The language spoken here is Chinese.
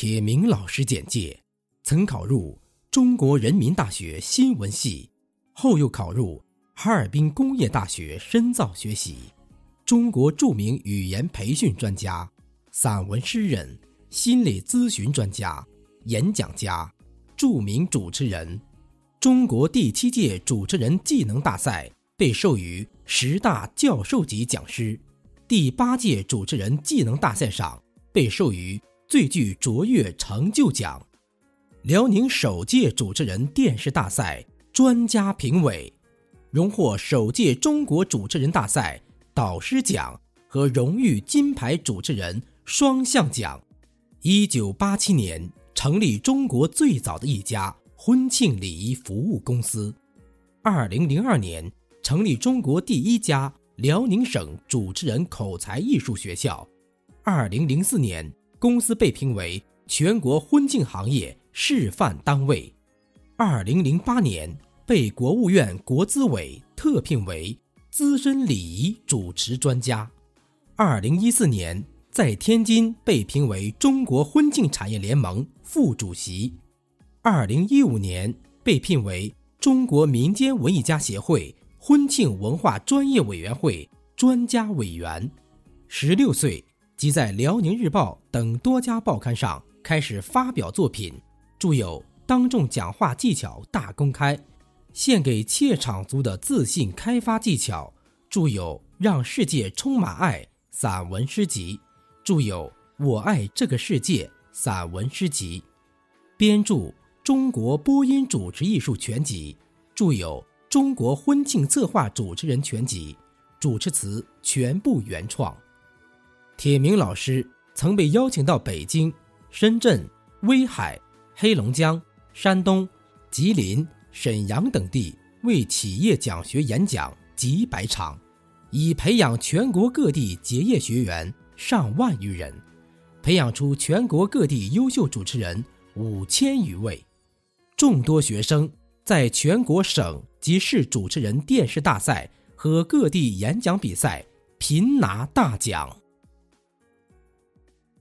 铁明老师简介：曾考入中国人民大学新闻系，后又考入哈尔滨工业大学深造学习，中国著名语言培训专家、散文诗人、心理咨询专家、演讲家、著名主持人。中国第7届主持人技能大赛被授予10大教授级讲师，第8届主持人技能大赛上被授予最具卓越成就奖。辽宁首届主持人电视大赛专家评委，荣获首届中国主持人大赛导师奖和荣誉金牌主持人双项奖。1987年成立中国最早的一家婚庆礼仪服务公司。2002年成立中国第1家辽宁省主持人口才艺术学校。2004年公司被评为全国婚庆行业示范单位。2008年被国务院国资委特聘为资深礼仪主持专家。2014年在天津被评为中国婚庆产业联盟副主席。2015年被聘为中国民间文艺家协会婚庆文化专业委员会专家委员。16岁即在辽宁日报等多家报刊上开始发表作品，著有《当众讲话技巧大公开》、献给怯场族的自信开发技巧，著有《让世界充满爱》散文诗集，著有《我爱这个世界》散文诗集，编著《中国播音主持艺术全集》，著有《中国婚庆策划主持人全集》，主持词全部原创。铁明老师曾被邀请到北京、深圳、威海、黑龙江、山东、吉林、沈阳等地为企业讲学演讲几百场，已培养全国各地结业学员上万余人，培养出全国各地优秀主持人5000余位。众多学生在全国省及市主持人电视大赛和各地演讲比赛频拿大奖。